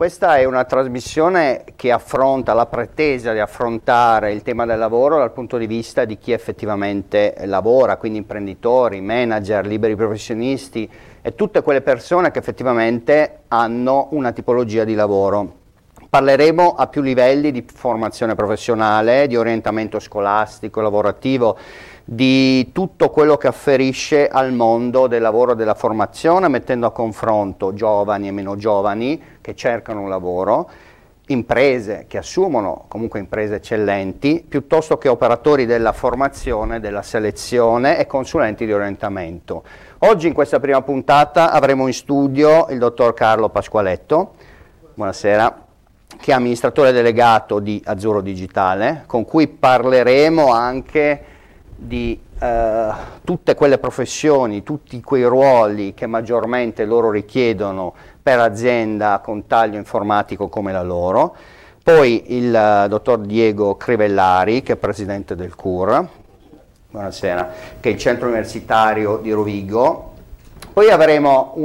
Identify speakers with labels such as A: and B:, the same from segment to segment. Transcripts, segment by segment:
A: Questa è una trasmissione che affronta la pretesa di affrontare il tema del lavoro dal punto di vista di chi effettivamente lavora, quindi imprenditori, manager, liberi professionisti e tutte quelle persone che effettivamente hanno una tipologia di lavoro. Parleremo a più livelli di formazione professionale, di orientamento scolastico, lavorativo, di tutto quello che afferisce al mondo del lavoro e della formazione, mettendo a confronto giovani e meno giovani che cercano un lavoro, imprese che assumono, comunque imprese eccellenti, piuttosto che operatori della formazione, della selezione e consulenti di orientamento. Oggi in questa prima puntata avremo in studio il dottor Carlo Pasqualetto, buonasera, che è amministratore delegato di Azzurro Digitale, con cui parleremo anche di tutte quelle professioni, tutti quei ruoli che maggiormente loro richiedono per azienda con taglio informatico come la loro. Poi il dottor Diego Crivellari, che è presidente del CUR, buonasera, che è il centro universitario di Rovigo. Poi avremo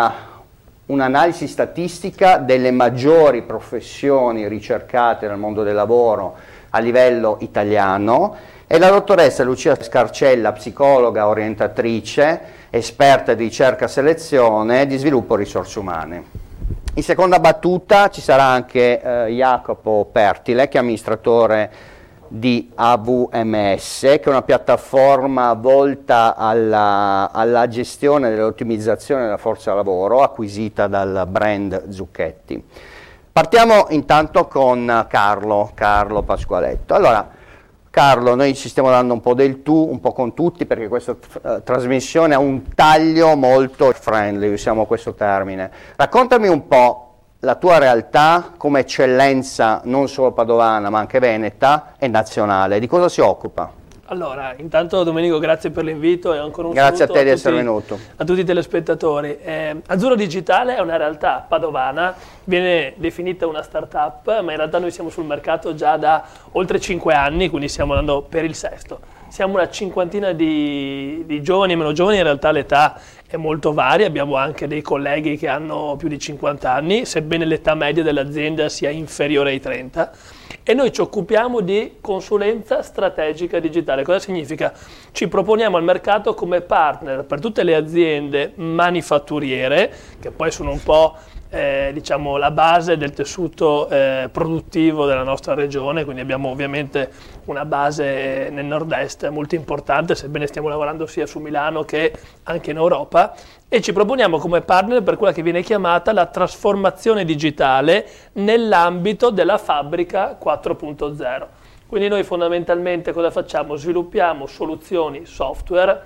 A: un'analisi statistica delle maggiori professioni ricercate nel mondo del lavoro a livello italiano e la dottoressa Lucia Scarcella, psicologa, orientatrice, esperta di ricerca, selezione e di sviluppo risorse umane. In seconda battuta ci sarà anche Jacopo Pertile, che è amministratore di AVMS, che è una piattaforma volta alla gestione e dell'ottimizzazione della forza lavoro acquisita dal brand Zucchetti. Partiamo intanto con Carlo Pasqualetto. Allora, Carlo, noi ci stiamo dando un po' del tu, un po' con tutti, perché questa trasmissione ha un taglio molto friendly, usiamo questo termine. Raccontami un po' la tua realtà come eccellenza non solo padovana ma anche veneta e nazionale, di cosa si occupa?
B: Allora, intanto Domenico, grazie per l'invito e ancora un
A: grazie
B: saluto
A: a te di essere venuto.
B: A tutti i telespettatori. Azzurro Digitale è una realtà padovana, viene definita una startup, ma in realtà noi siamo sul mercato già da oltre 5 anni, quindi stiamo andando per il sesto. Siamo una cinquantina di giovani e meno giovani, in realtà l'età è molto varia, abbiamo anche dei colleghi che hanno più di 50 anni, sebbene l'età media dell'azienda sia inferiore ai 30. E noi ci occupiamo di consulenza strategica digitale. Cosa significa? Ci proponiamo al mercato come partner per tutte le aziende manifatturiere, che poi sono un po' diciamo la base del tessuto produttivo della nostra regione, quindi abbiamo ovviamente una base nel nord-est molto importante, sebbene stiamo lavorando sia su Milano che anche in Europa, e ci proponiamo come partner per quella che viene chiamata la trasformazione digitale nell'ambito della fabbrica 4.0. Quindi noi fondamentalmente cosa facciamo? Sviluppiamo soluzioni software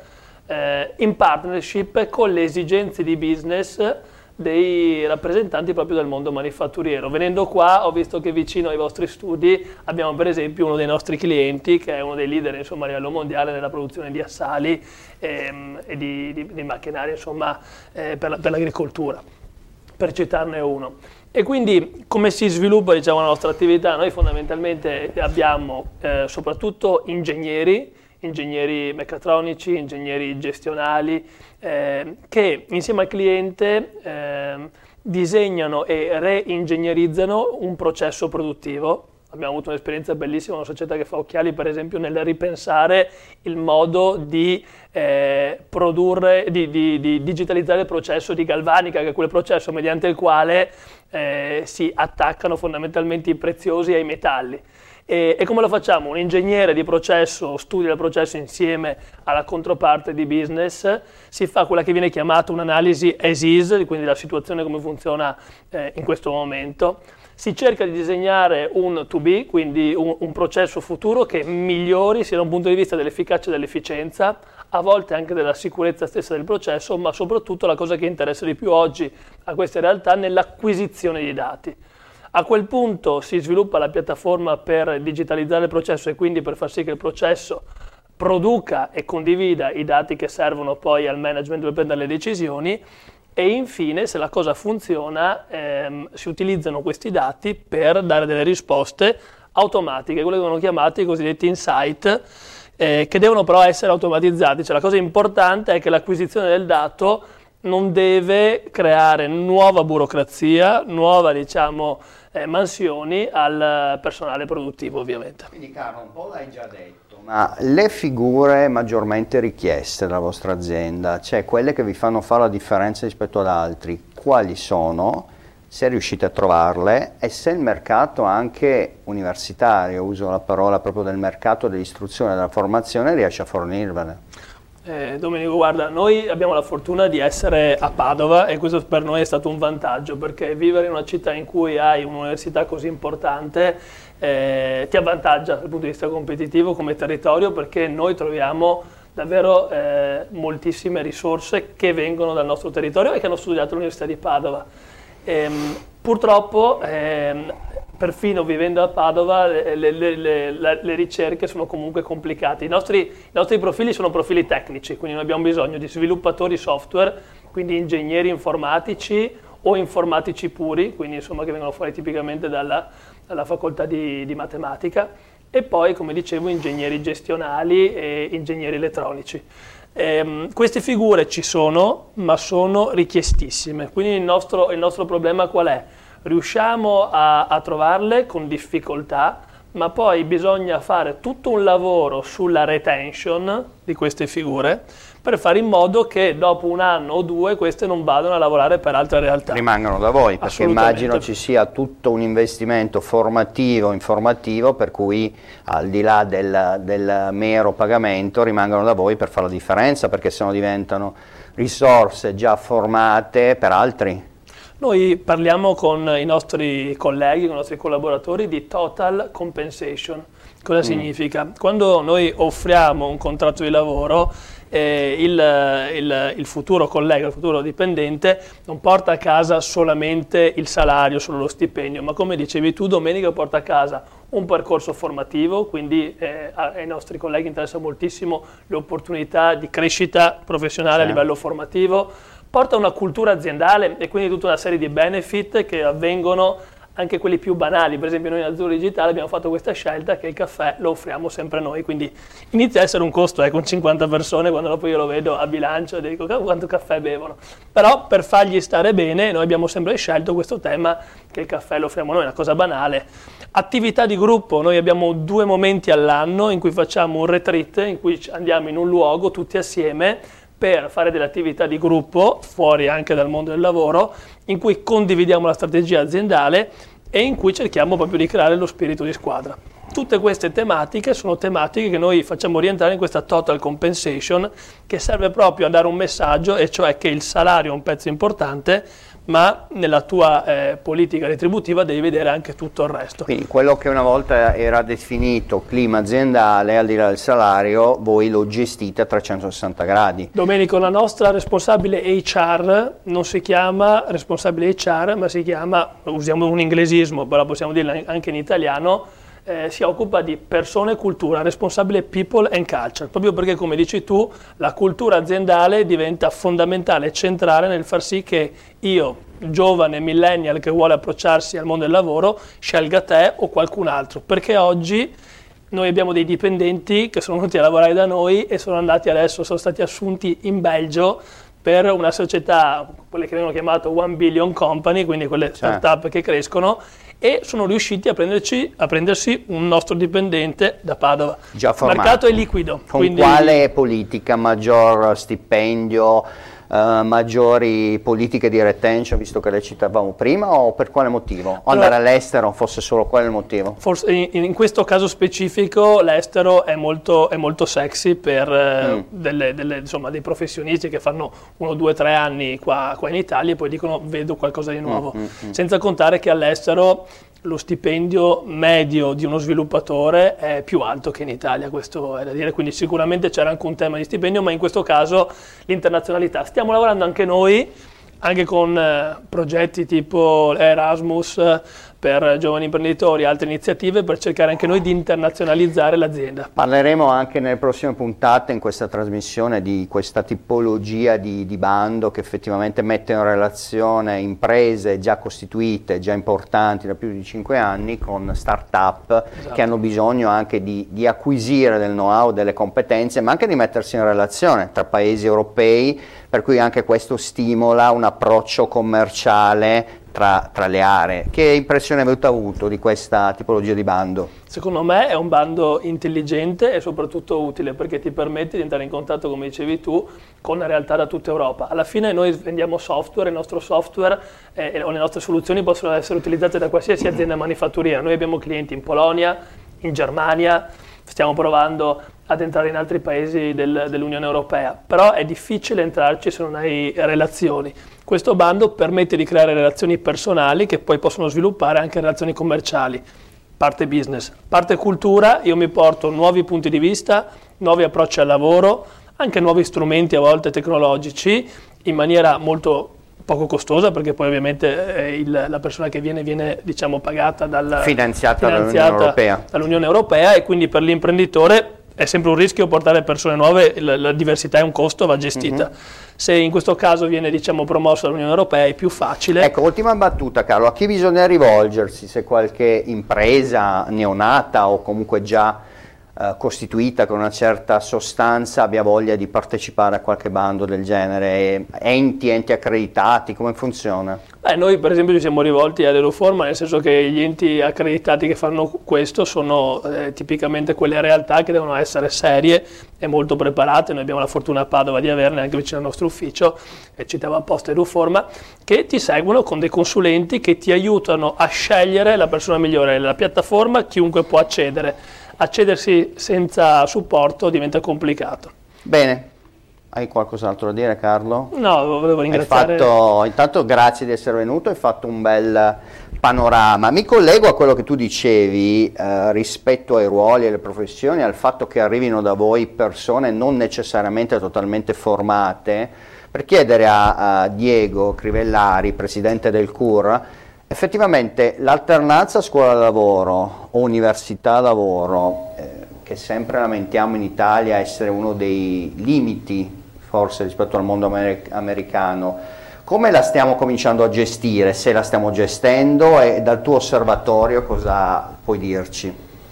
B: in partnership con le esigenze di business dei rappresentanti proprio del mondo manifatturiero. Venendo qua ho visto che vicino ai vostri studi abbiamo per esempio uno dei nostri clienti che è uno dei leader insomma, a livello mondiale nella produzione di assali e di macchinari insomma, per l'agricoltura, per citarne uno. E quindi come si sviluppa diciamo, la nostra attività? Noi fondamentalmente abbiamo soprattutto ingegneri meccatronici, ingegneri gestionali, che insieme al cliente disegnano e reingegnerizzano un processo produttivo. Abbiamo avuto un'esperienza bellissima, una società che fa occhiali per esempio nel ripensare il modo di produrre, di digitalizzare il processo di galvanica, che è quel processo mediante il quale si attaccano fondamentalmente i preziosi ai metalli. E come lo facciamo? Un ingegnere di processo studia il processo insieme alla controparte di business, si fa quella che viene chiamata un'analisi as is, quindi la situazione come funziona in questo momento, si cerca di disegnare un to be, quindi un processo futuro che migliori sia da un punto di vista dell'efficacia e dell'efficienza, a volte anche della sicurezza stessa del processo, ma soprattutto la cosa che interessa di più oggi a queste realtà nell'acquisizione di dati. A quel punto si sviluppa la piattaforma per digitalizzare il processo e quindi per far sì che il processo produca e condivida i dati che servono poi al management per prendere le decisioni e infine, se la cosa funziona, si utilizzano questi dati per dare delle risposte automatiche, quelle che vengono chiamate i cosiddetti insight, che devono però essere automatizzati. Cioè, la cosa importante è che l'acquisizione del dato non deve creare nuova burocrazia, nuova, diciamo, mansioni al personale produttivo, ovviamente.
A: Quindi Carlo, un po' l'hai già detto, ma le figure maggiormente richieste dalla vostra azienda, cioè quelle che vi fanno fare la differenza rispetto ad altri, quali sono? Se riuscite a trovarle e se il mercato anche universitario, uso la parola proprio del mercato dell'istruzione e della formazione, riesce a fornirvele.
B: Domenico, guarda, noi abbiamo la fortuna di essere a Padova e questo per noi è stato un vantaggio, perché vivere in una città in cui hai un'università così importante ti avvantaggia dal punto di vista competitivo come territorio, perché noi troviamo davvero moltissime risorse che vengono dal nostro territorio e che hanno studiato all'Università di Padova. Purtroppo, perfino vivendo a Padova, le ricerche sono comunque complicate. I nostri profili sono profili tecnici, quindi noi abbiamo bisogno di sviluppatori software, quindi ingegneri informatici o informatici puri, quindi insomma che vengono fuori tipicamente dalla facoltà di matematica, e poi, come dicevo, ingegneri gestionali e ingegneri elettronici. Queste figure ci sono, ma sono richiestissime, quindi il nostro problema qual è? Riusciamo a trovarle con difficoltà, ma poi bisogna fare tutto un lavoro sulla retention di queste figure per fare in modo che dopo un anno o due queste non vadano a lavorare per altre realtà.
A: Rimangano da voi, perché immagino ci sia tutto un investimento formativo, informativo, per cui al di là del mero pagamento rimangono da voi per fare la differenza, perché sennò diventano risorse già formate per altri.
B: Noi parliamo con i nostri colleghi, con i nostri collaboratori di total compensation. Cosa significa? Quando noi offriamo un contratto di lavoro, il futuro collega, il futuro dipendente non porta a casa solamente il salario, solo lo stipendio, ma come dicevi tu, Domenico, porta a casa un percorso formativo, quindi ai nostri colleghi interessa moltissimo le opportunità di crescita professionale a livello formativo, porta una cultura aziendale e quindi tutta una serie di benefit che avvengono, anche quelli più banali. Per esempio noi in Azzurro Digitale abbiamo fatto questa scelta che il caffè lo offriamo sempre noi, quindi inizia a essere un costo con 50 persone, quando dopo io lo vedo a bilancio e dico quanto caffè bevono. Però per fargli stare bene noi abbiamo sempre scelto questo tema che il caffè lo offriamo noi, una cosa banale. Attività di gruppo, noi abbiamo 2 momenti all'anno in cui facciamo un retreat, in cui andiamo in un luogo tutti assieme per fare delle attività di gruppo, fuori anche dal mondo del lavoro, in cui condividiamo la strategia aziendale e in cui cerchiamo proprio di creare lo spirito di squadra. Tutte queste tematiche sono tematiche che noi facciamo rientrare in questa total compensation, che serve proprio a dare un messaggio, e cioè che il salario è un pezzo importante, ma nella tua politica retributiva devi vedere anche tutto il resto.
A: Quindi quello che una volta era definito clima aziendale, al di là del salario, voi lo gestite a 360 gradi.
B: Domenico, la nostra responsabile HR non si chiama responsabile HR, ma si chiama, usiamo un inglesismo, però possiamo dirlo anche in italiano, si occupa di persone e cultura, responsabile people and culture, proprio perché, come dici tu, la cultura aziendale diventa fondamentale e centrale nel far sì che io, giovane millennial che vuole approcciarsi al mondo del lavoro, scelga te o qualcun altro, perché oggi noi abbiamo dei dipendenti che sono venuti a lavorare da noi e sono stati assunti in Belgio per una società, quelle che vengono chiamate 1 billion company, quindi quelle start-up che crescono, e sono riusciti a prendersi un nostro dipendente da Padova.
A: Già formato.
B: Il mercato è liquido.
A: Con
B: quindi
A: quale politica? Maggior stipendio, maggiori politiche di retention, visto che le citavamo prima, o per quale motivo? O andare all'estero fosse solo quello il motivo?
B: Forse in questo caso specifico l'estero è molto sexy per dei professionisti che fanno 1, 2, 3 anni qua in Italia e poi dicono vedo qualcosa di nuovo. Senza contare che all'estero lo stipendio medio di uno sviluppatore è più alto che in Italia, questo è da dire, quindi sicuramente c'era anche un tema di stipendio, ma in questo caso l'internazionalità. Stiamo lavorando anche noi, anche con progetti tipo Erasmus, per giovani imprenditori, altre iniziative per cercare anche noi di internazionalizzare l'azienda.
A: Parleremo anche nelle prossime puntate in questa trasmissione di questa tipologia di bando che effettivamente mette in relazione imprese già costituite, già importanti da più di 5 anni con start-up che hanno bisogno anche di acquisire del know-how, delle competenze, ma anche di mettersi in relazione tra paesi europei, per cui anche questo stimola un approccio commerciale tra le aree. Che impressione avete avuto di questa tipologia di bando?
B: Secondo me è un bando intelligente e soprattutto utile, perché ti permette di entrare in contatto, come dicevi tu, con realtà da tutta Europa. Alla fine noi vendiamo software, il nostro software o le nostre soluzioni possono essere utilizzate da qualsiasi azienda manifatturiera. Noi abbiamo clienti in Polonia, in Germania, stiamo provando ad entrare in altri paesi dell'Unione Europea, però è difficile entrarci se non hai relazioni. Questo bando permette di creare relazioni personali che poi possono sviluppare anche relazioni commerciali, parte business, parte cultura. Io mi porto nuovi punti di vista, nuovi approcci al lavoro, anche nuovi strumenti a volte tecnologici in maniera molto poco costosa, perché poi ovviamente la persona che viene diciamo pagata
A: finanziata
B: dall'Unione Europea, e quindi per l'imprenditore è sempre un rischio portare persone nuove, la diversità è un costo, va gestita. Se in questo caso viene diciamo promosso dall'Unione Europea è più facile.
A: Ecco, ultima battuta Carlo, a chi bisogna rivolgersi se qualche impresa neonata o comunque già costituita con una certa sostanza abbia voglia di partecipare a qualche bando del genere? Enti accreditati, come funziona?
B: Noi per esempio ci siamo rivolti all'Euroforma, nel senso che gli enti accreditati che fanno questo sono tipicamente quelle realtà che devono essere serie e molto preparate. Noi abbiamo la fortuna a Padova di averne anche vicino al nostro ufficio, e citavo apposta Euroforma, che ti seguono con dei consulenti che ti aiutano a scegliere la persona migliore. La piattaforma chiunque può accedersi senza supporto diventa complicato.
A: Bene, hai qualcos'altro da dire Carlo?
B: No, volevo ringraziare.
A: Intanto grazie di essere venuto, hai fatto un bel panorama. Mi collego a quello che tu dicevi rispetto ai ruoli e alle professioni, al fatto che arrivino da voi persone non necessariamente totalmente formate, per chiedere a Diego Crivellari, presidente del CUR, effettivamente l'alternanza scuola-lavoro o università-lavoro, che sempre lamentiamo in Italia essere uno dei limiti forse rispetto al mondo americano, come la stiamo cominciando a gestire, se la stiamo gestendo, e dal tuo osservatorio cosa puoi dirci?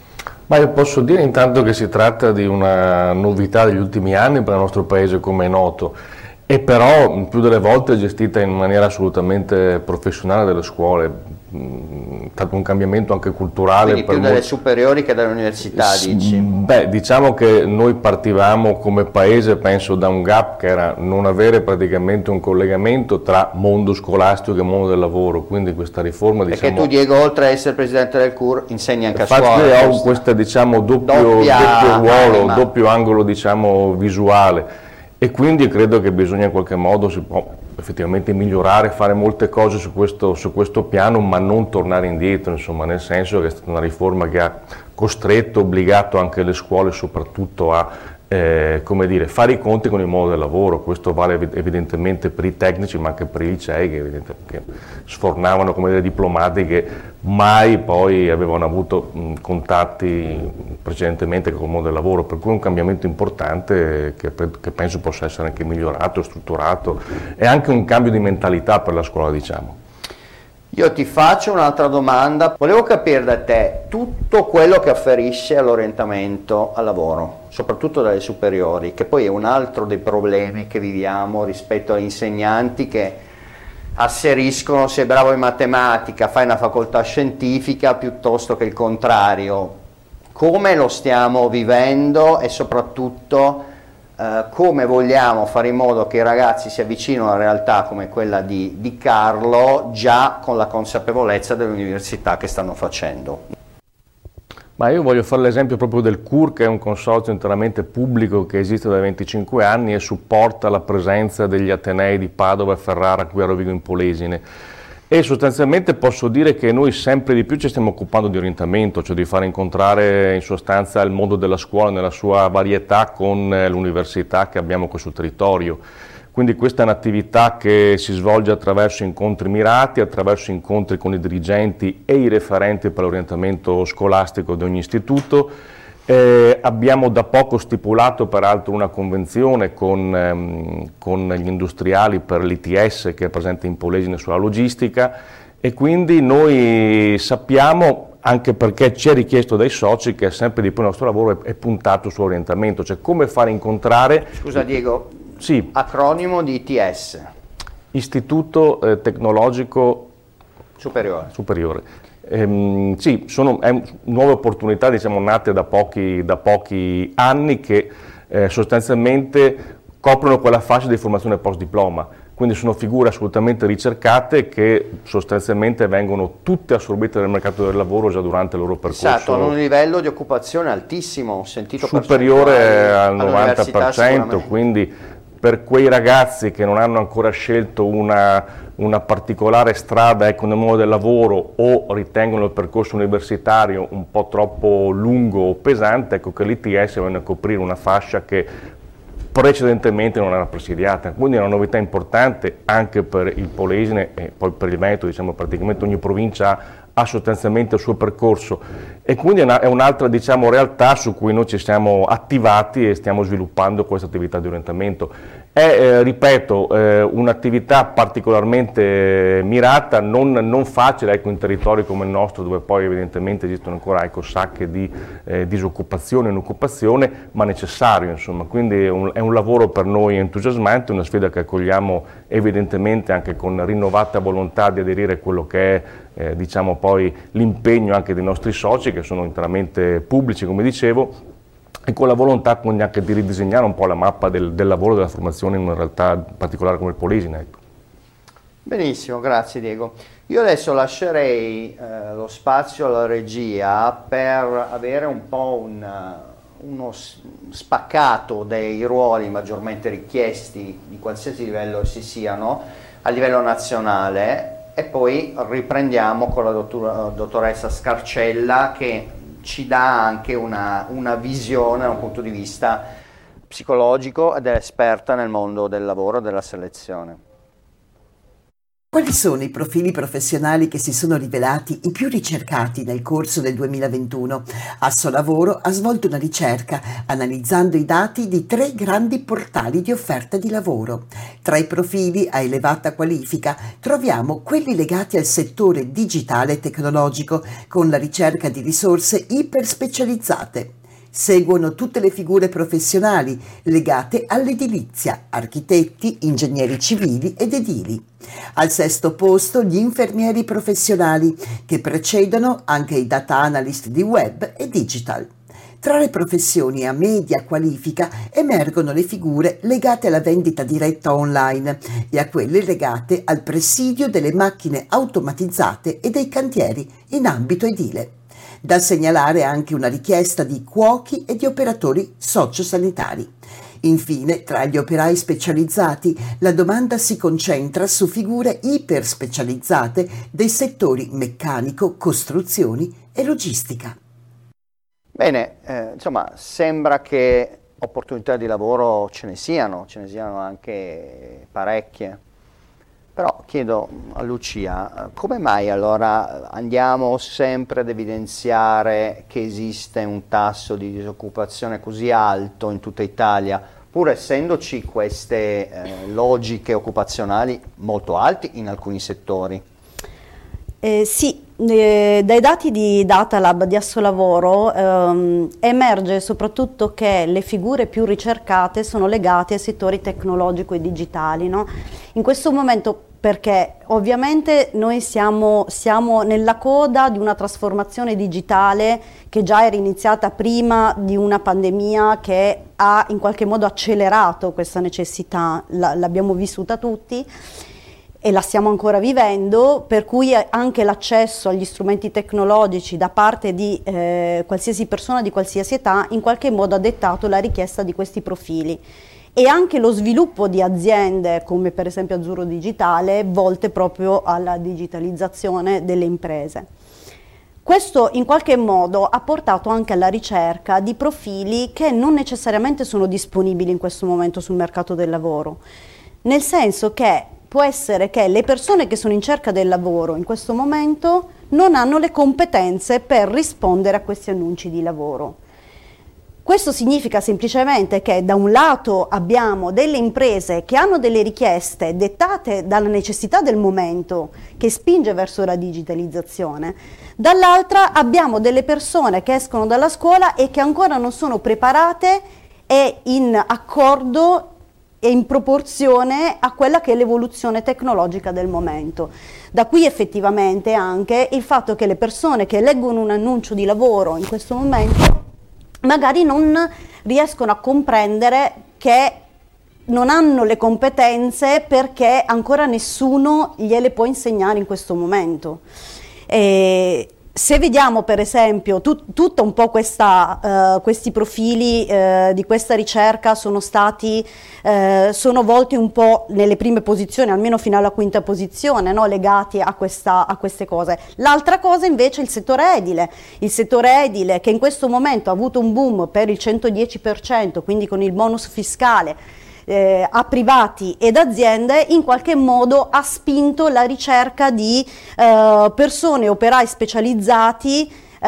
C: Ma io posso dire intanto che si tratta di una novità degli ultimi anni per il nostro paese, come è noto, e però più delle volte è gestita in maniera assolutamente professionale dalle scuole. È stato un cambiamento anche culturale.
A: Quindi più delle superiori che dalle università, dici?
C: Beh, diciamo che noi partivamo come paese, penso, da un gap che era non avere praticamente un collegamento tra mondo scolastico e mondo del lavoro, quindi questa riforma, diciamo...
A: Perché tu, Diego, oltre a essere presidente del CUR, insegni anche a
C: scuola.
A: Infatti
C: ho questo, diciamo, doppio ruolo, doppio angolo, diciamo, visuale. E quindi credo che bisogna in qualche modo, si può effettivamente migliorare, fare molte cose su questo piano, ma non tornare indietro, insomma, nel senso che è stata una riforma che ha costretto, obbligato anche le scuole soprattutto a come dire, fare i conti con il mondo del lavoro. Questo vale evidentemente per i tecnici, ma anche per i licei che sfornavano, come dire, diplomati che mai poi avevano avuto contatti precedentemente con il mondo del lavoro, per cui un cambiamento importante che penso possa essere anche migliorato, strutturato, e anche un cambio di mentalità per la scuola, diciamo.
A: Io ti faccio un'altra domanda, volevo capire da te tutto quello che afferisce all'orientamento al lavoro, soprattutto dalle superiori, che poi è un altro dei problemi che viviamo rispetto agli insegnanti che asseriscono: sei bravo in matematica, fai una facoltà scientifica, piuttosto che il contrario. Come lo stiamo vivendo e soprattutto come vogliamo fare in modo che i ragazzi si avvicinino a una realtà come quella di Carlo, già con la consapevolezza dell'università che stanno facendo?
C: Ma io voglio fare l'esempio proprio del CUR, che è un consorzio interamente pubblico che esiste da 25 anni e supporta la presenza degli Atenei di Padova, Ferrara, qui a Rovigo in Polesine. E sostanzialmente posso dire che noi sempre di più ci stiamo occupando di orientamento, cioè di fare incontrare in sostanza il mondo della scuola nella sua varietà con l'università che abbiamo qui sul territorio. Quindi questa è un'attività che si svolge attraverso incontri mirati, attraverso incontri con i dirigenti e i referenti per l'orientamento scolastico di ogni istituto. Abbiamo da poco stipulato peraltro una convenzione con gli industriali per l'ITS che è presente in Polesine sulla logistica, e quindi noi sappiamo, anche perché ci è richiesto dai soci, che sempre di più il nostro lavoro è puntato sull'orientamento, cioè come fare incontrare...
A: Scusa Diego,
C: sì.
A: Acronimo di ITS?
C: Istituto Tecnologico Superiore. Sì, è nuove opportunità, diciamo, nate da pochi anni, che sostanzialmente coprono quella fascia di formazione post diploma, quindi sono figure assolutamente ricercate che sostanzialmente vengono tutte assorbite dal mercato del lavoro già durante il loro percorso.
A: Esatto, hanno un livello di occupazione altissimo, ho sentito
C: superiore al 90%, quindi per quei ragazzi che non hanno ancora scelto una particolare strada nel mondo del lavoro, o ritengono il percorso universitario un po' troppo lungo o pesante, ecco che l'ITS viene a coprire una fascia che precedentemente non era presidiata, quindi è una novità importante anche per il Polesine e poi per il Veneto, diciamo praticamente ogni provincia ha sostanzialmente il suo percorso, e quindi è un'altra, diciamo, realtà su cui noi ci siamo attivati e stiamo sviluppando questa attività di orientamento. È, ripeto, un'attività particolarmente mirata, non facile, ecco, in territori come il nostro, dove poi evidentemente esistono ancora, ecco, sacche di disoccupazione e inoccupazione, ma necessario, insomma. Quindi è un lavoro per noi entusiasmante, una sfida che accogliamo evidentemente anche con rinnovata volontà di aderire a quello che è diciamo poi l'impegno anche dei nostri soci, che sono interamente pubblici, come dicevo, e con la volontà quindi anche di ridisegnare un po' la mappa del lavoro e della formazione in una realtà particolare come il Polesine. Ecco.
A: Benissimo, grazie Diego. Io adesso lascerei lo spazio alla regia per avere un po' uno spaccato dei ruoli maggiormente richiesti di qualsiasi livello essi siano a livello nazionale, e poi riprendiamo con la dottoressa Scarcella, che ci dà anche una visione da un punto di vista psicologico ed è esperta nel mondo del lavoro e della selezione.
D: Quali sono i profili professionali che si sono rivelati i più ricercati nel corso del 2021? Assolavoro ha svolto una ricerca analizzando i dati di 3 grandi portali di offerta di lavoro. Tra i profili a elevata qualifica troviamo quelli legati al settore digitale e tecnologico, con la ricerca di risorse iperspecializzate. Seguono tutte le figure professionali legate all'edilizia, architetti, ingegneri civili ed edili. Al 6° posto gli infermieri professionali, che precedono anche i data analyst di web e digital. Tra le professioni a media qualifica emergono le figure legate alla vendita diretta online e a quelle legate al presidio delle macchine automatizzate e dei cantieri in ambito edile. Da segnalare anche una richiesta di cuochi e di operatori sociosanitari. Infine, tra gli operai specializzati, la domanda si concentra su figure iperspecializzate dei settori meccanico, costruzioni e logistica.
A: Bene, insomma, sembra che opportunità di lavoro ce ne siano anche parecchie. Però chiedo a Lucia, come mai allora andiamo sempre ad evidenziare che esiste un tasso di disoccupazione così alto in tutta Italia, pur essendoci queste logiche occupazionali molto alte in alcuni settori?
E: Sì, dai dati di Datalab di Assolavoro emerge soprattutto che le figure più ricercate sono legate ai settori tecnologico e digitali, no? In questo momento, perché ovviamente noi siamo nella coda di una trasformazione digitale che già era iniziata prima di una pandemia che ha in qualche modo accelerato questa necessità, l'abbiamo vissuta tutti e la stiamo ancora vivendo, per cui anche l'accesso agli strumenti tecnologici da parte di qualsiasi persona di qualsiasi età in qualche modo ha dettato la richiesta di questi profili. E anche lo sviluppo di aziende come per esempio Azzurro Digitale volte proprio alla digitalizzazione delle imprese. Questo in qualche modo ha portato anche alla ricerca di profili che non necessariamente sono disponibili in questo momento sul mercato del lavoro. nel senso che può essere che le persone che sono in cerca del lavoro in questo momento non hanno le competenze per rispondere a questi annunci di lavoro. Questo significa semplicemente che da un lato abbiamo delle imprese che hanno delle richieste dettate dalla necessità del momento che spinge verso la digitalizzazione, dall'altra abbiamo delle persone che escono dalla scuola e che ancora non sono preparate e in accordo e in proporzione a quella che è l'evoluzione tecnologica del momento. Da qui effettivamente anche il fatto che le persone che leggono un annuncio di lavoro in questo momento magari non riescono a comprendere che non hanno le competenze perché ancora nessuno gliele può insegnare in questo momento. Se vediamo per esempio tutta un po' questi profili di questa ricerca sono volti un po' nelle prime posizioni, almeno fino alla quinta posizione, no? Legati a queste cose. L'altra cosa invece è il settore edile che in questo momento ha avuto un boom per il 110%, quindi con il bonus fiscale a privati ed aziende, in qualche modo ha spinto la ricerca di persone, operai specializzati,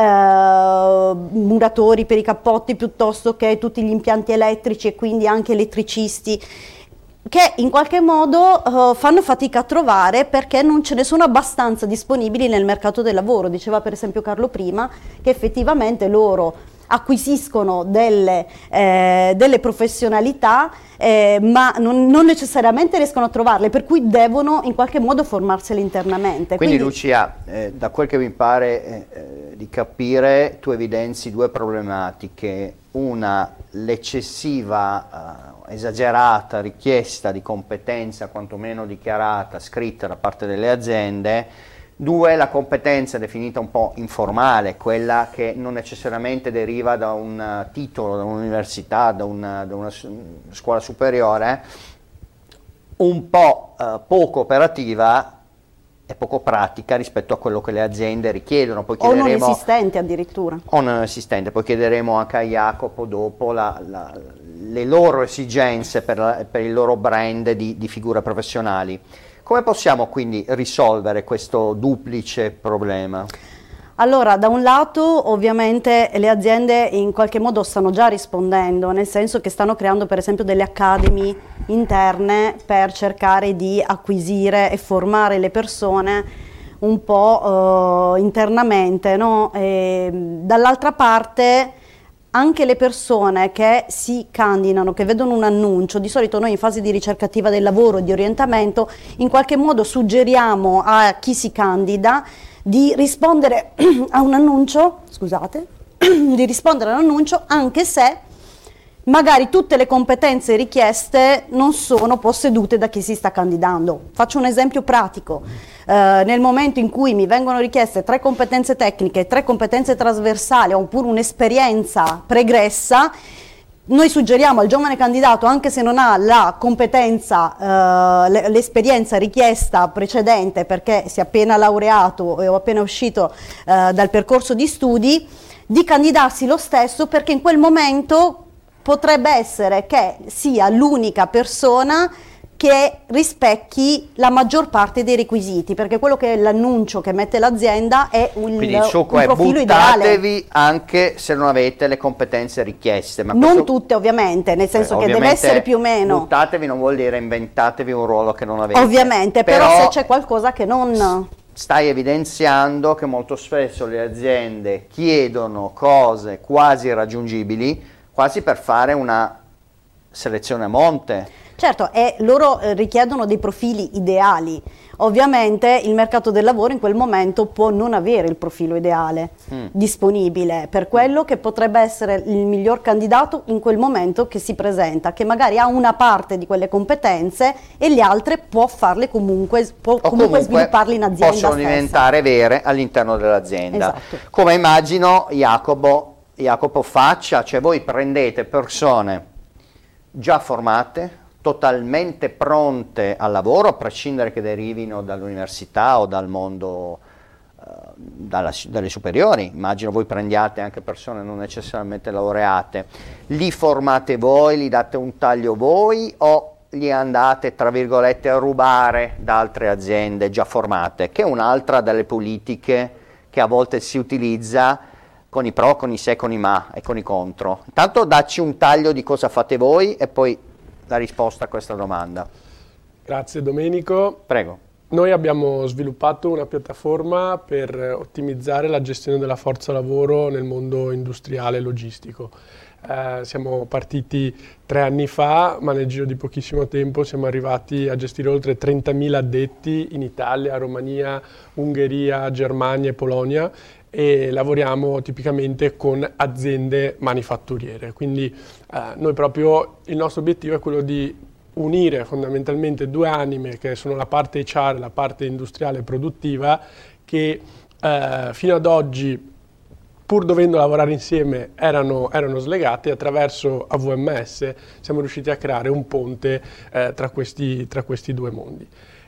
E: muratori per i cappotti piuttosto che tutti gli impianti elettrici e quindi anche elettricisti, che in qualche modo fanno fatica a trovare perché non ce ne sono abbastanza disponibili nel mercato del lavoro. Diceva per esempio Carlo prima che effettivamente loro acquisiscono delle professionalità ma non necessariamente riescono a trovarle, per cui devono in qualche modo formarsele internamente.
A: Quindi Lucia, da quel che mi pare di capire, tu evidenzi due problematiche: una, l'eccessiva esagerata richiesta di competenza, quantomeno dichiarata, scritta da parte delle aziende; due, la competenza definita un po' informale, quella che non necessariamente deriva da un titolo, da un'università, da una scuola superiore, un po' poco operativa e poco pratica rispetto a quello che le aziende richiedono. Poi
E: o non esistente addirittura.
A: O non esistente, poi chiederemo anche a Jacopo dopo le loro esigenze per il loro brand di figure professionali. Come possiamo quindi risolvere questo duplice problema?
E: Allora, da un lato ovviamente le aziende in qualche modo stanno già rispondendo, nel senso che stanno creando per esempio delle academy interne per cercare di acquisire e formare le persone un po' internamente, no? Dall'altra parte anche le persone che si candidano, che vedono un annuncio, di solito noi in fase di ricerca attiva del lavoro e di orientamento in qualche modo suggeriamo a chi si candida di rispondere a un annuncio, anche se magari tutte le competenze richieste non sono possedute da chi si sta candidando. Faccio un esempio pratico. Nel momento in cui mi vengono richieste 3 competenze tecniche, 3 competenze trasversali oppure un'esperienza pregressa, noi suggeriamo al giovane candidato, anche se non ha la competenza, l'esperienza richiesta precedente perché si è appena laureato o appena uscito dal percorso di studi, di candidarsi lo stesso, perché in quel momento potrebbe essere che sia l'unica persona che rispecchi la maggior parte dei requisiti, perché quello che è l'annuncio che mette l'azienda è un profilo ideale.
A: Buttatevi anche se non avete le competenze richieste. Ma
E: non tutte ovviamente, nel senso che deve essere più o meno.
A: Buttatevi non vuol dire inventatevi un ruolo che non avete.
E: Ovviamente, però se c'è qualcosa che non...
A: Stai evidenziando che molto spesso le aziende chiedono cose quasi irraggiungibili, quasi per fare una selezione a monte.
E: Certo, e loro richiedono dei profili ideali. Ovviamente il mercato del lavoro in quel momento può non avere il profilo ideale disponibile per quello che potrebbe essere il miglior candidato in quel momento che si presenta, che magari ha una parte di quelle competenze e le altre può farle comunque, comunque svilupparle in azienda
A: possono
E: stessa.
A: Diventare vere all'interno dell'azienda.
E: Esatto.
A: Come immagino Jacopo faccia, cioè voi prendete persone già formate, totalmente pronte al lavoro, a prescindere che derivino dall'università o dal mondo dalle superiori. Immagino voi prendiate anche persone non necessariamente laureate, li formate voi, li date un taglio voi o li andate, tra virgolette, a rubare da altre aziende già formate, che è un'altra delle politiche che a volte si utilizza con i pro, con i se, con i ma e con i contro. Intanto dacci un taglio di cosa fate voi e poi la risposta a questa domanda.
F: Grazie Domenico.
A: Prego.
F: Noi abbiamo sviluppato una piattaforma per ottimizzare la gestione della forza lavoro nel mondo industriale e logistico. Siamo partiti 3 anni fa, ma nel giro di pochissimo tempo siamo arrivati a gestire oltre 30.000 addetti in Italia, Romania, Ungheria, Germania e Polonia, e lavoriamo tipicamente con aziende manifatturiere. Quindi noi proprio il nostro obiettivo è quello di unire fondamentalmente 2 anime, che sono la parte HR e la parte industriale e produttiva, che fino ad oggi, pur dovendo lavorare insieme, erano slegate. Attraverso AVMS siamo riusciti a creare un ponte tra questi 2 mondi.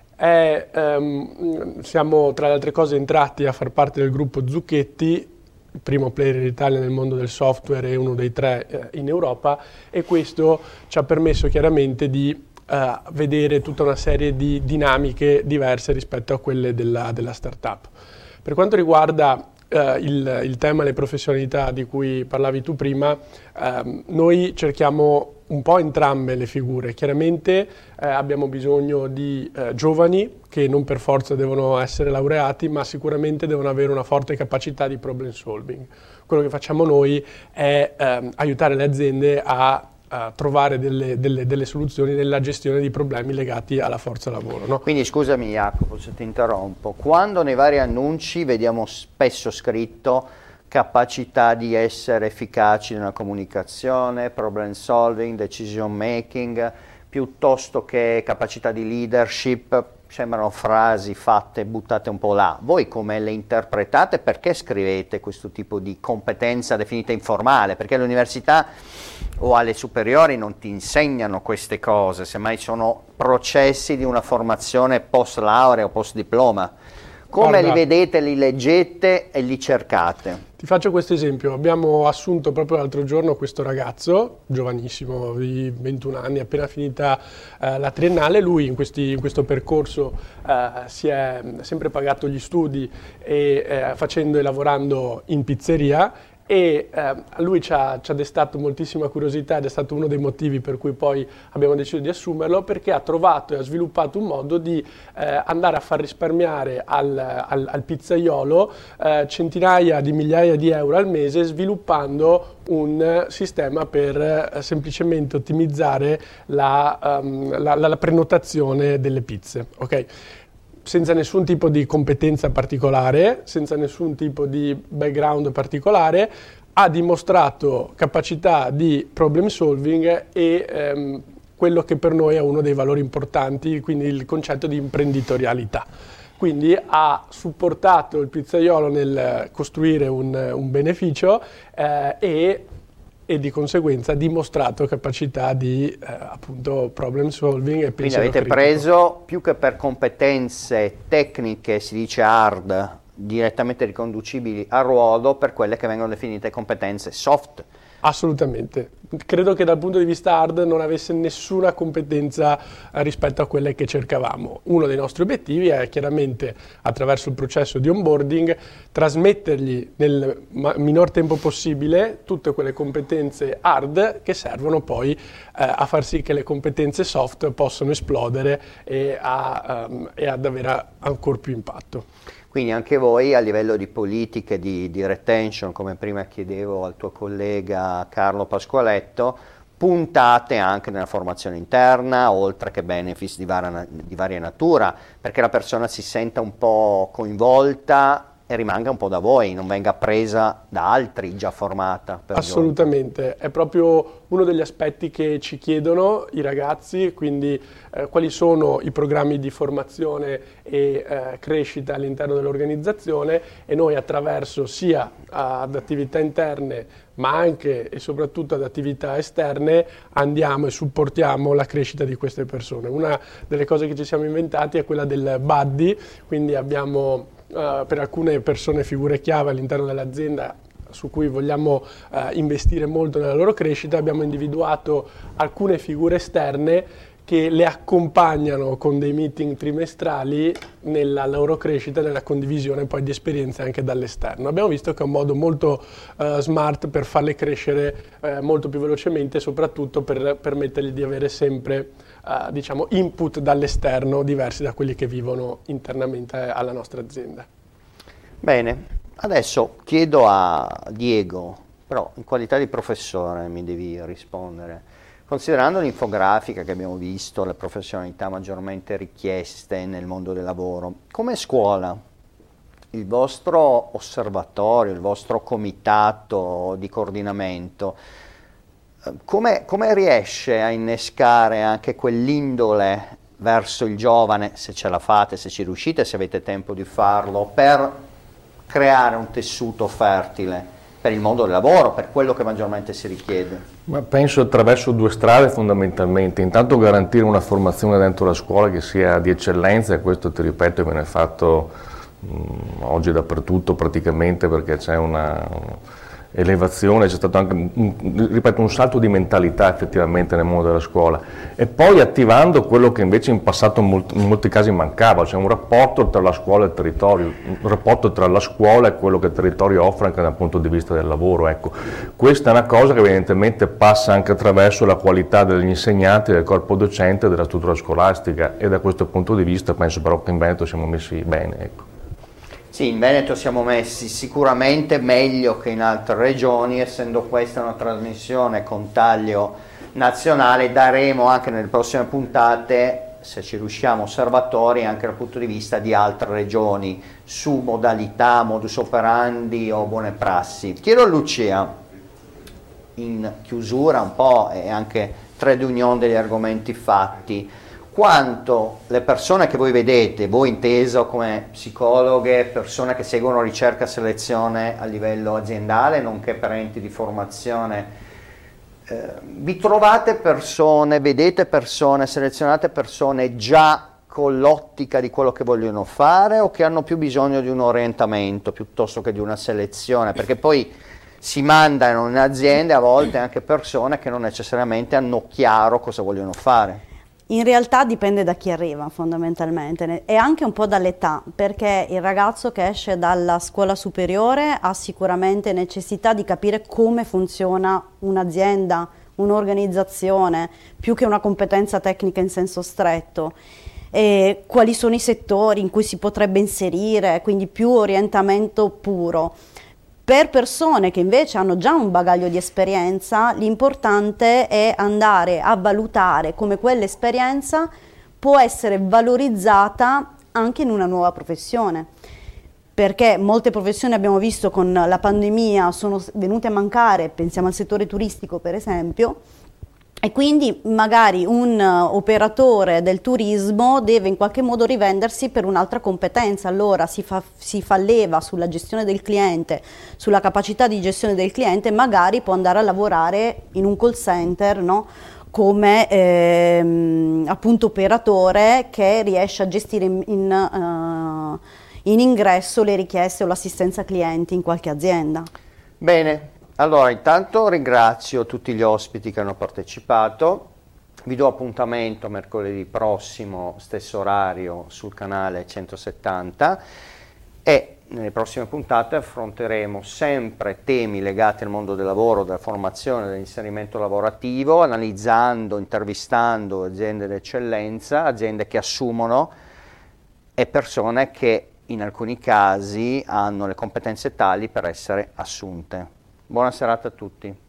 F: Siamo tra le altre cose entrati a far parte del gruppo Zucchetti, il primo player in Italia nel mondo del software e uno dei 3 in Europa, e questo ci ha permesso chiaramente di vedere tutta una serie di dinamiche diverse rispetto a quelle della startup. Per quanto riguarda il tema delle professionalità di cui parlavi tu prima, noi cerchiamo un po' entrambe le figure. Chiaramente abbiamo bisogno di giovani che non per forza devono essere laureati, ma sicuramente devono avere una forte capacità di problem solving. Quello che facciamo noi è aiutare le aziende a trovare delle soluzioni nella gestione di problemi legati alla forza lavoro, no?
A: Quindi scusami Jacopo se ti interrompo, quando nei vari annunci vediamo spesso scritto capacità di essere efficaci nella comunicazione, problem solving, decision making, piuttosto che capacità di leadership, sembrano frasi fatte, buttate un po' là. Voi come le interpretate? Perché scrivete questo tipo di competenza definita informale? Perché all'università o alle superiori non ti insegnano queste cose, semmai sono processi di una formazione post laurea o post diploma. Come li vedete, li leggete e li cercate?
F: Ti faccio questo esempio. Abbiamo assunto proprio l'altro giorno questo ragazzo, giovanissimo, di 21 anni, appena finita la triennale. Lui in questo percorso si è sempre pagato gli studi facendo e lavorando in pizzeria, e lui ci ha destato moltissima curiosità ed è stato uno dei motivi per cui poi abbiamo deciso di assumerlo, perché ha trovato e ha sviluppato un modo di andare a far risparmiare al pizzaiolo centinaia di migliaia di euro al mese, sviluppando un sistema per semplicemente ottimizzare la prenotazione delle pizze. Okay? Senza nessun tipo di competenza particolare, senza nessun tipo di background particolare, ha dimostrato capacità di problem solving e quello che per noi è uno dei valori importanti, quindi il concetto di imprenditorialità. Quindi ha supportato il pizzaiolo nel costruire un beneficio e di conseguenza ha dimostrato capacità di appunto problem solving e
A: quindi
F: pensiero
A: avete
F: critico.
A: preso più che per competenze tecniche, si dice hard, direttamente riconducibili al ruolo, per quelle che vengono definite competenze soft.
F: Assolutamente. Credo che dal punto di vista hard non avesse nessuna competenza rispetto a quelle che cercavamo. Uno dei nostri obiettivi è chiaramente, attraverso il processo di onboarding, trasmettergli nel minor tempo possibile tutte quelle competenze hard che servono poi a far sì che le competenze soft possano esplodere e ad avere ancora più impatto.
A: Quindi anche voi a livello di politiche di retention, come prima chiedevo al tuo collega Carlo Pasqualetto, puntate anche nella formazione interna, oltre che benefits di varia natura, perché la persona si senta un po' coinvolta e rimanga un po' da voi, non venga presa da altri già formata.
F: Assolutamente, è proprio uno degli aspetti che ci chiedono i ragazzi, quindi quali sono i programmi di formazione e crescita all'interno dell'organizzazione, e noi attraverso sia ad attività interne ma anche e soprattutto ad attività esterne andiamo e supportiamo la crescita di queste persone. Una delle cose che ci siamo inventati è quella del buddy, quindi abbiamo per alcune persone figure chiave all'interno dell'azienda su cui vogliamo investire molto nella loro crescita, abbiamo individuato alcune figure esterne che le accompagnano con dei meeting trimestrali nella loro crescita e nella condivisione poi di esperienze anche dall'esterno. Abbiamo visto che è un modo molto smart per farle crescere molto più velocemente e soprattutto per permettergli di avere sempre diciamo, input dall'esterno diversi da quelli che vivono internamente alla nostra azienda.
A: Bene, adesso chiedo a Diego, però in qualità di professore mi devi rispondere. Considerando l'infografica che abbiamo visto, le professionalità maggiormente richieste nel mondo del lavoro, come scuola, il vostro osservatorio, il vostro comitato di coordinamento, come riesce a innescare anche quell'indole verso il giovane, se ce la fate, se ci riuscite, se avete tempo di farlo, per creare un tessuto fertile per il mondo del lavoro, per quello che maggiormente si richiede?
C: Ma penso attraverso due strade fondamentalmente. Intanto garantire una formazione dentro la scuola che sia di eccellenza, e questo ti ripeto viene fatto oggi dappertutto praticamente, perché c'è una elevazione, c'è stato anche un salto di mentalità effettivamente nel mondo della scuola, e poi attivando quello che invece in passato in molti casi mancava, cioè un rapporto tra la scuola e il territorio, un rapporto tra la scuola e quello che il territorio offre anche dal punto di vista del lavoro. Ecco, questa è una cosa che evidentemente passa anche attraverso la qualità degli insegnanti, del corpo docente e della struttura scolastica, e da questo punto di vista penso però che in Veneto siamo messi bene. Ecco.
A: Sì, in Veneto siamo messi sicuramente meglio che in altre regioni, essendo questa una trasmissione con taglio nazionale. Daremo anche nelle prossime puntate, se ci riusciamo, osservatori anche dal punto di vista di altre regioni su modalità, modus operandi o buone prassi. Chiedo a Lucia, in chiusura un po' e anche trade union degli argomenti fatti, quanto le persone che voi vedete, voi inteso come psicologhe, persone che seguono ricerca e selezione a livello aziendale, nonché per enti di formazione, vi trovate persone, vedete persone, selezionate persone già con l'ottica di quello che vogliono fare, o che hanno più bisogno di un orientamento piuttosto che di una selezione? Perché poi si mandano in aziende a volte anche persone che non necessariamente hanno chiaro cosa vogliono fare.
E: In realtà dipende da chi arriva fondamentalmente, e anche un po' dall'età, perché il ragazzo che esce dalla scuola superiore ha sicuramente necessità di capire come funziona un'azienda, un'organizzazione, più che una competenza tecnica in senso stretto, e quali sono i settori in cui si potrebbe inserire, quindi più orientamento puro. Per persone che invece hanno già un bagaglio di esperienza, l'importante è andare a valutare come quell'esperienza può essere valorizzata anche in una nuova professione. Perché molte professioni, abbiamo visto con la pandemia, sono venute a mancare, pensiamo al settore turistico per esempio, e quindi magari un operatore del turismo deve in qualche modo rivendersi per un'altra competenza. Allora si fa leva sulla gestione del cliente, sulla capacità di gestione del cliente, magari può andare a lavorare in un call center, no? Come appunto operatore che riesce a gestire in ingresso le richieste o l'assistenza clienti in qualche azienda.
A: Bene. Allora, intanto ringrazio tutti gli ospiti che hanno partecipato, vi do appuntamento mercoledì prossimo, stesso orario, sul canale 170, e nelle prossime puntate affronteremo sempre temi legati al mondo del lavoro, della formazione, dell'inserimento lavorativo, analizzando, intervistando aziende d'eccellenza, aziende che assumono e persone che in alcuni casi hanno le competenze tali per essere assunte. Buona serata a tutti.